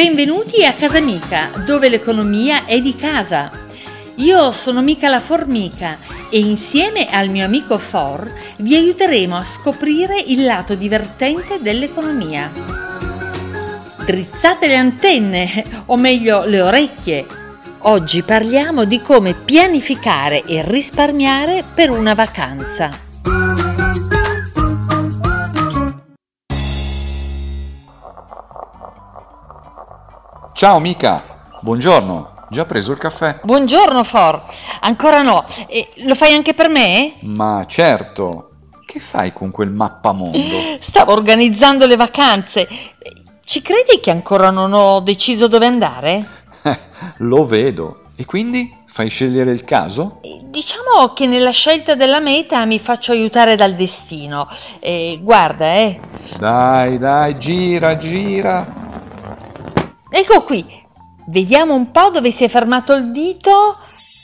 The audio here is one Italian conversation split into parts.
Benvenuti a Casa Mica, dove l'economia è di casa. Io sono Mica la Formica e insieme al mio amico For vi aiuteremo a scoprire il lato divertente dell'economia. Drizzate le antenne, o meglio le orecchie. Oggi parliamo di come pianificare e risparmiare per una vacanza. Ciao Mica, buongiorno, già preso il caffè? Buongiorno For, ancora no, lo fai anche per me? Ma certo, che fai con quel mappamondo? Stavo organizzando le vacanze, ci credi che ancora non ho deciso dove andare? Lo vedo, e quindi fai scegliere il caso? Diciamo che nella scelta della meta mi faccio aiutare dal destino, guarda Dai, gira. Ecco qui, vediamo un po' dove si è fermato il dito.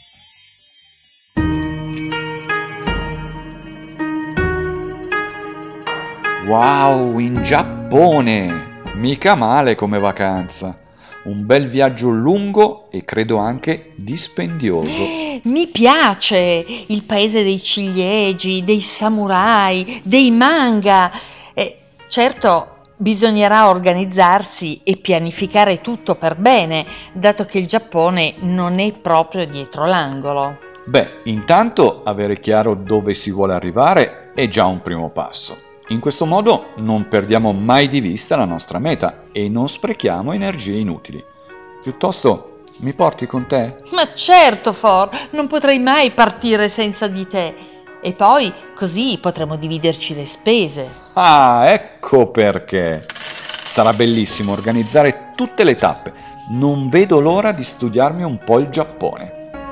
Wow, in Giappone! Mica male come vacanza. Un bel viaggio lungo e credo anche dispendioso. Mi piace il paese dei ciliegi, dei samurai, dei manga. Certo, bisognerà organizzarsi e pianificare tutto per bene, dato che il Giappone non è proprio dietro l'angolo. Beh, intanto avere chiaro dove si vuole arrivare è già un primo passo. In questo modo non perdiamo mai di vista la nostra meta e non sprechiamo energie inutili. Piuttosto, mi porti con te? Ma certo, For, non potrei mai partire senza di te. E poi così potremo dividerci le spese. Ah, ecco perché! Sarà bellissimo organizzare tutte le tappe. Non vedo l'ora di studiarmi un po' il Giappone.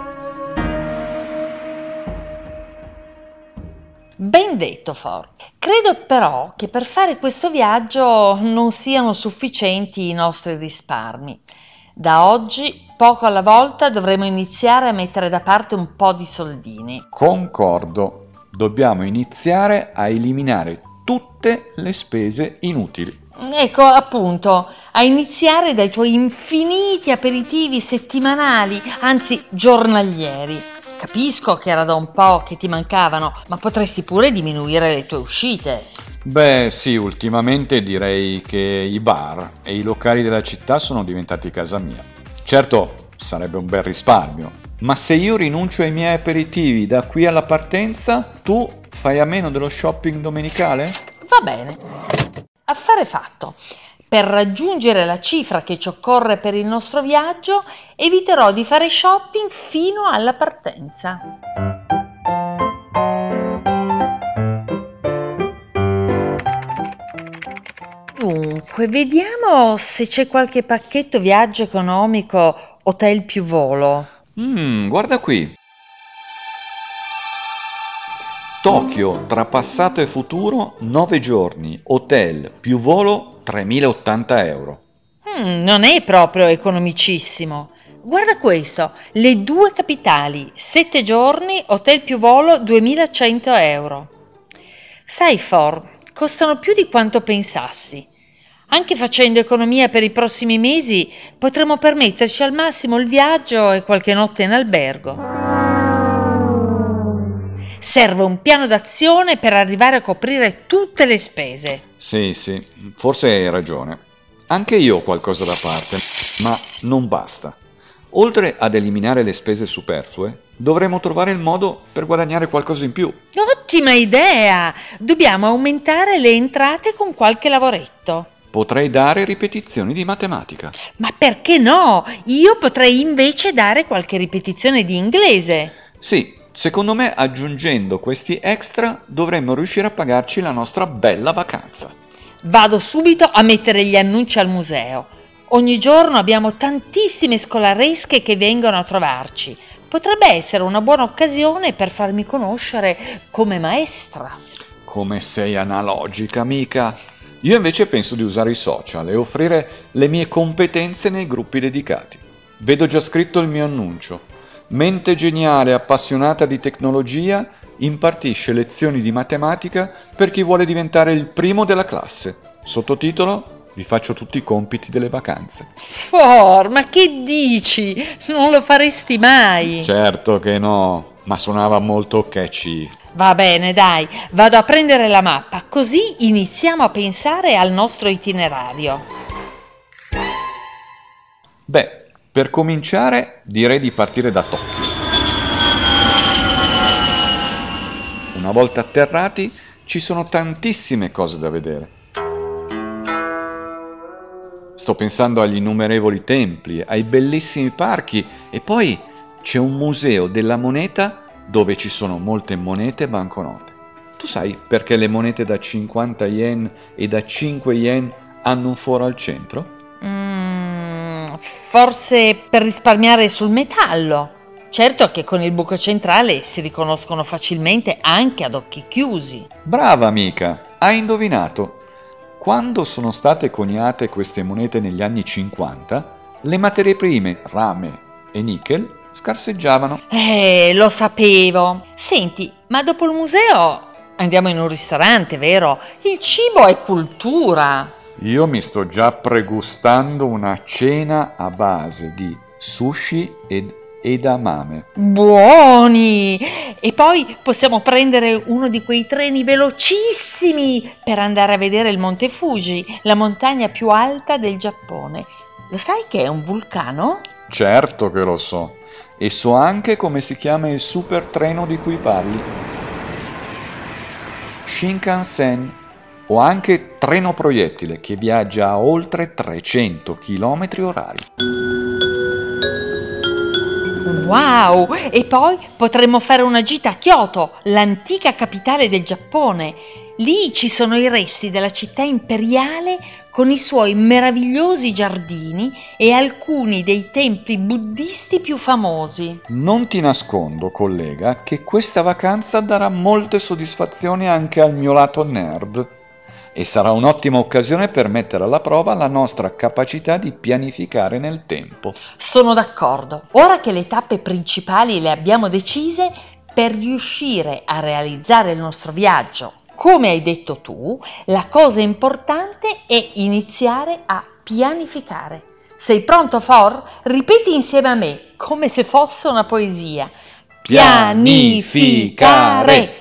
Ben detto, For. Credo però che per fare questo viaggio non siano sufficienti i nostri risparmi. Da oggi, poco alla volta, dovremo iniziare a mettere da parte un po' di soldini. Concordo. Dobbiamo iniziare a eliminare tutte le spese inutili. Ecco, appunto, a iniziare dai tuoi infiniti aperitivi settimanali, anzi giornalieri. Capisco che era da un po' che ti mancavano, ma potresti pure diminuire le tue uscite. Beh, sì, ultimamente direi che i bar e i locali della città sono diventati casa mia. Certo, sarebbe un bel risparmio, ma se io rinuncio ai miei aperitivi da qui alla partenza, tu fai a meno dello shopping domenicale? Va bene. Affare fatto. Per raggiungere la cifra che ci occorre per il nostro viaggio, eviterò di fare shopping fino alla partenza. Dunque, vediamo se c'è qualche pacchetto viaggio economico, hotel più volo. Guarda qui. Tokyo, tra passato e futuro, 9 giorni, hotel più volo, 3.080 euro. Non è proprio economicissimo. Guarda questo, le due capitali, 7 giorni, hotel più volo, 2.100 euro. Sai, For, costano più di quanto pensassi. Anche facendo economia per i prossimi mesi, potremo permetterci al massimo il viaggio e qualche notte in albergo. Serve un piano d'azione per arrivare a coprire tutte le spese. Sì, forse hai ragione. Anche io ho qualcosa da parte, ma non basta. Oltre ad eliminare le spese superflue, dovremo trovare il modo per guadagnare qualcosa in più. Ottima idea! Dobbiamo aumentare le entrate con qualche lavoretto. Potrei dare ripetizioni di matematica. Ma perché no? Io potrei invece dare qualche ripetizione di inglese. Sì, secondo me aggiungendo questi extra dovremmo riuscire a pagarci la nostra bella vacanza. Vado subito a mettere gli annunci al museo. Ogni giorno abbiamo tantissime scolaresche che vengono a trovarci. Potrebbe essere una buona occasione per farmi conoscere come maestra. Come sei analogica, Mica. Io invece penso di usare i social e offrire le mie competenze nei gruppi dedicati. Vedo già scritto il mio annuncio. Mente geniale appassionata di tecnologia impartisce lezioni di matematica per chi vuole diventare il primo della classe. Sottotitolo: vi faccio tutti i compiti delle vacanze. Ma che dici? Non lo faresti mai. Certo che no, ma suonava molto catchy. Va bene, dai, vado a prendere la mappa, così iniziamo a pensare al nostro itinerario. Beh, per cominciare direi di partire da Tokyo. Una volta atterrati ci sono tantissime cose da vedere. Sto pensando agli innumerevoli templi, ai bellissimi parchi e poi c'è un museo della moneta dove ci sono molte monete e banconote. Tu sai perché le monete da 50 yen e da 5 yen hanno un foro al centro? Forse per risparmiare sul metallo. Certo che con il buco centrale si riconoscono facilmente anche ad occhi chiusi. Brava amica, hai indovinato. Quando sono state coniate queste monete negli anni 50, le materie prime, rame e nickel, scarseggiavano. Lo sapevo. Senti, ma dopo il museo andiamo in un ristorante, vero? Il cibo è cultura. Io mi sto già pregustando una cena a base di sushi ed edamame. Buoni! E poi possiamo prendere uno di quei treni velocissimi per andare a vedere il Monte Fuji, la montagna più alta del Giappone. Lo sai che è un vulcano? Certo che lo so. E so anche come si chiama il super treno di cui parli. Shinkansen, o anche treno proiettile che viaggia a oltre 300 km orari. Wow! E poi potremmo fare una gita a Kyoto, l'antica capitale del Giappone. Lì ci sono i resti della città imperiale con i suoi meravigliosi giardini e alcuni dei templi buddisti più famosi. Non ti nascondo, collega, che questa vacanza darà molte soddisfazioni anche al mio lato nerd e sarà un'ottima occasione per mettere alla prova la nostra capacità di pianificare nel tempo. Sono d'accordo. Ora che le tappe principali le abbiamo decise, per riuscire a realizzare il nostro viaggio, come hai detto tu, la cosa importante è iniziare a pianificare. Sei pronto, For? Ripeti insieme a me, come se fosse una poesia. Pianificare!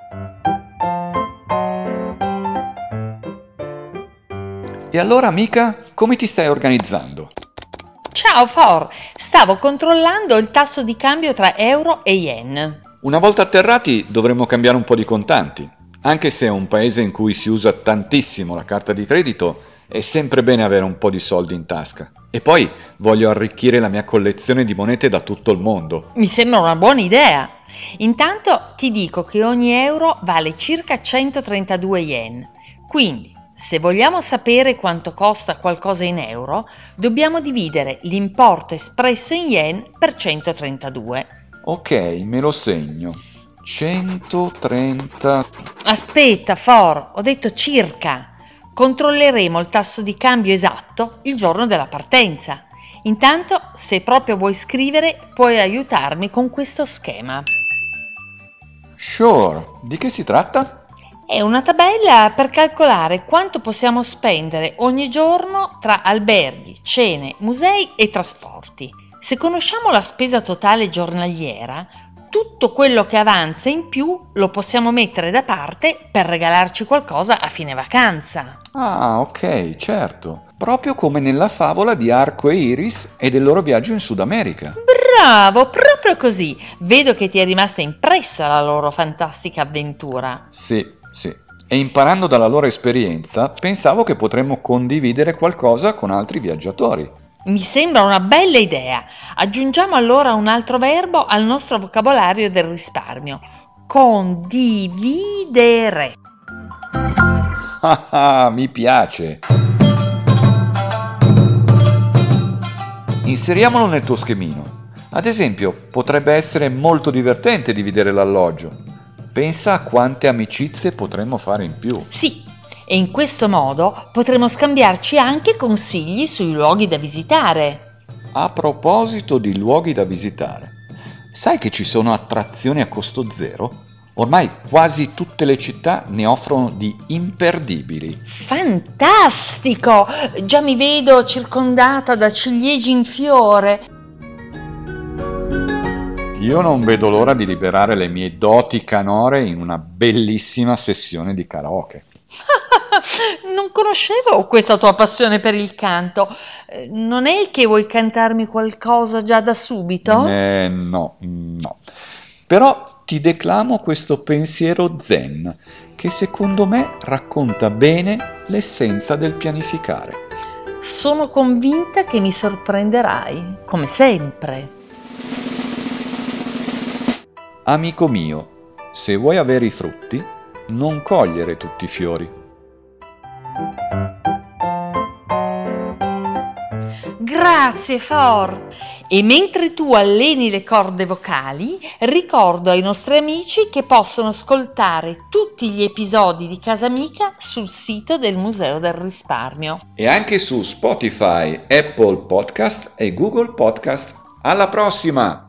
E allora, amica, come ti stai organizzando? Ciao, For! Stavo controllando il tasso di cambio tra euro e yen. Una volta atterrati dovremo cambiare un po' di contanti. Anche se è un paese in cui si usa tantissimo la carta di credito, è sempre bene avere un po' di soldi in tasca. E poi voglio arricchire la mia collezione di monete da tutto il mondo. Mi sembra una buona idea. Intanto ti dico che ogni euro vale circa 132 yen. Quindi, se vogliamo sapere quanto costa qualcosa in euro, dobbiamo dividere l'importo espresso in yen per 132. Ok, me lo segno. 130. Aspetta, For, ho detto circa. Controlleremo il tasso di cambio esatto il giorno della partenza. Intanto, se proprio vuoi scrivere, puoi aiutarmi con questo schema. Sure, di che si tratta? È una tabella per calcolare quanto possiamo spendere ogni giorno tra alberghi, cene, musei e trasporti. Se conosciamo la spesa totale giornaliera, tutto quello che avanza in più lo possiamo mettere da parte per regalarci qualcosa a fine vacanza. Ah, ok, certo. Proprio come nella favola di Arco e Iris e del loro viaggio in Sud America. Bravo, proprio così. Vedo che ti è rimasta impressa la loro fantastica avventura. Sì. E imparando dalla loro esperienza, pensavo che potremmo condividere qualcosa con altri viaggiatori. Mi sembra una bella idea. Aggiungiamo allora un altro verbo al nostro vocabolario del risparmio. Condividere. Mi piace. Inseriamolo nel tuo schemino. Ad esempio, potrebbe essere molto divertente dividere l'alloggio. Pensa a quante amicizie potremmo fare in più. Sì. E in questo modo potremo scambiarci anche consigli sui luoghi da visitare. A proposito di luoghi da visitare, sai che ci sono attrazioni a costo zero? Ormai quasi tutte le città ne offrono di imperdibili. Fantastico! Già mi vedo circondata da ciliegi in fiore. Io non vedo l'ora di liberare le mie doti canore in una bellissima sessione di karaoke. Non conoscevo questa tua passione per il canto. Non è che vuoi cantarmi qualcosa già da subito? No. Però ti declamo questo pensiero zen, che secondo me racconta bene l'essenza del pianificare. Sono convinta che mi sorprenderai, come sempre. Amico mio, se vuoi avere i frutti, non cogliere tutti i fiori. Grazie, For! E mentre tu alleni le corde vocali, ricordo ai nostri amici che possono ascoltare tutti gli episodi di Casa Amica sul sito del Museo del Risparmio. E anche su Spotify, Apple Podcast e Google Podcast. Alla prossima!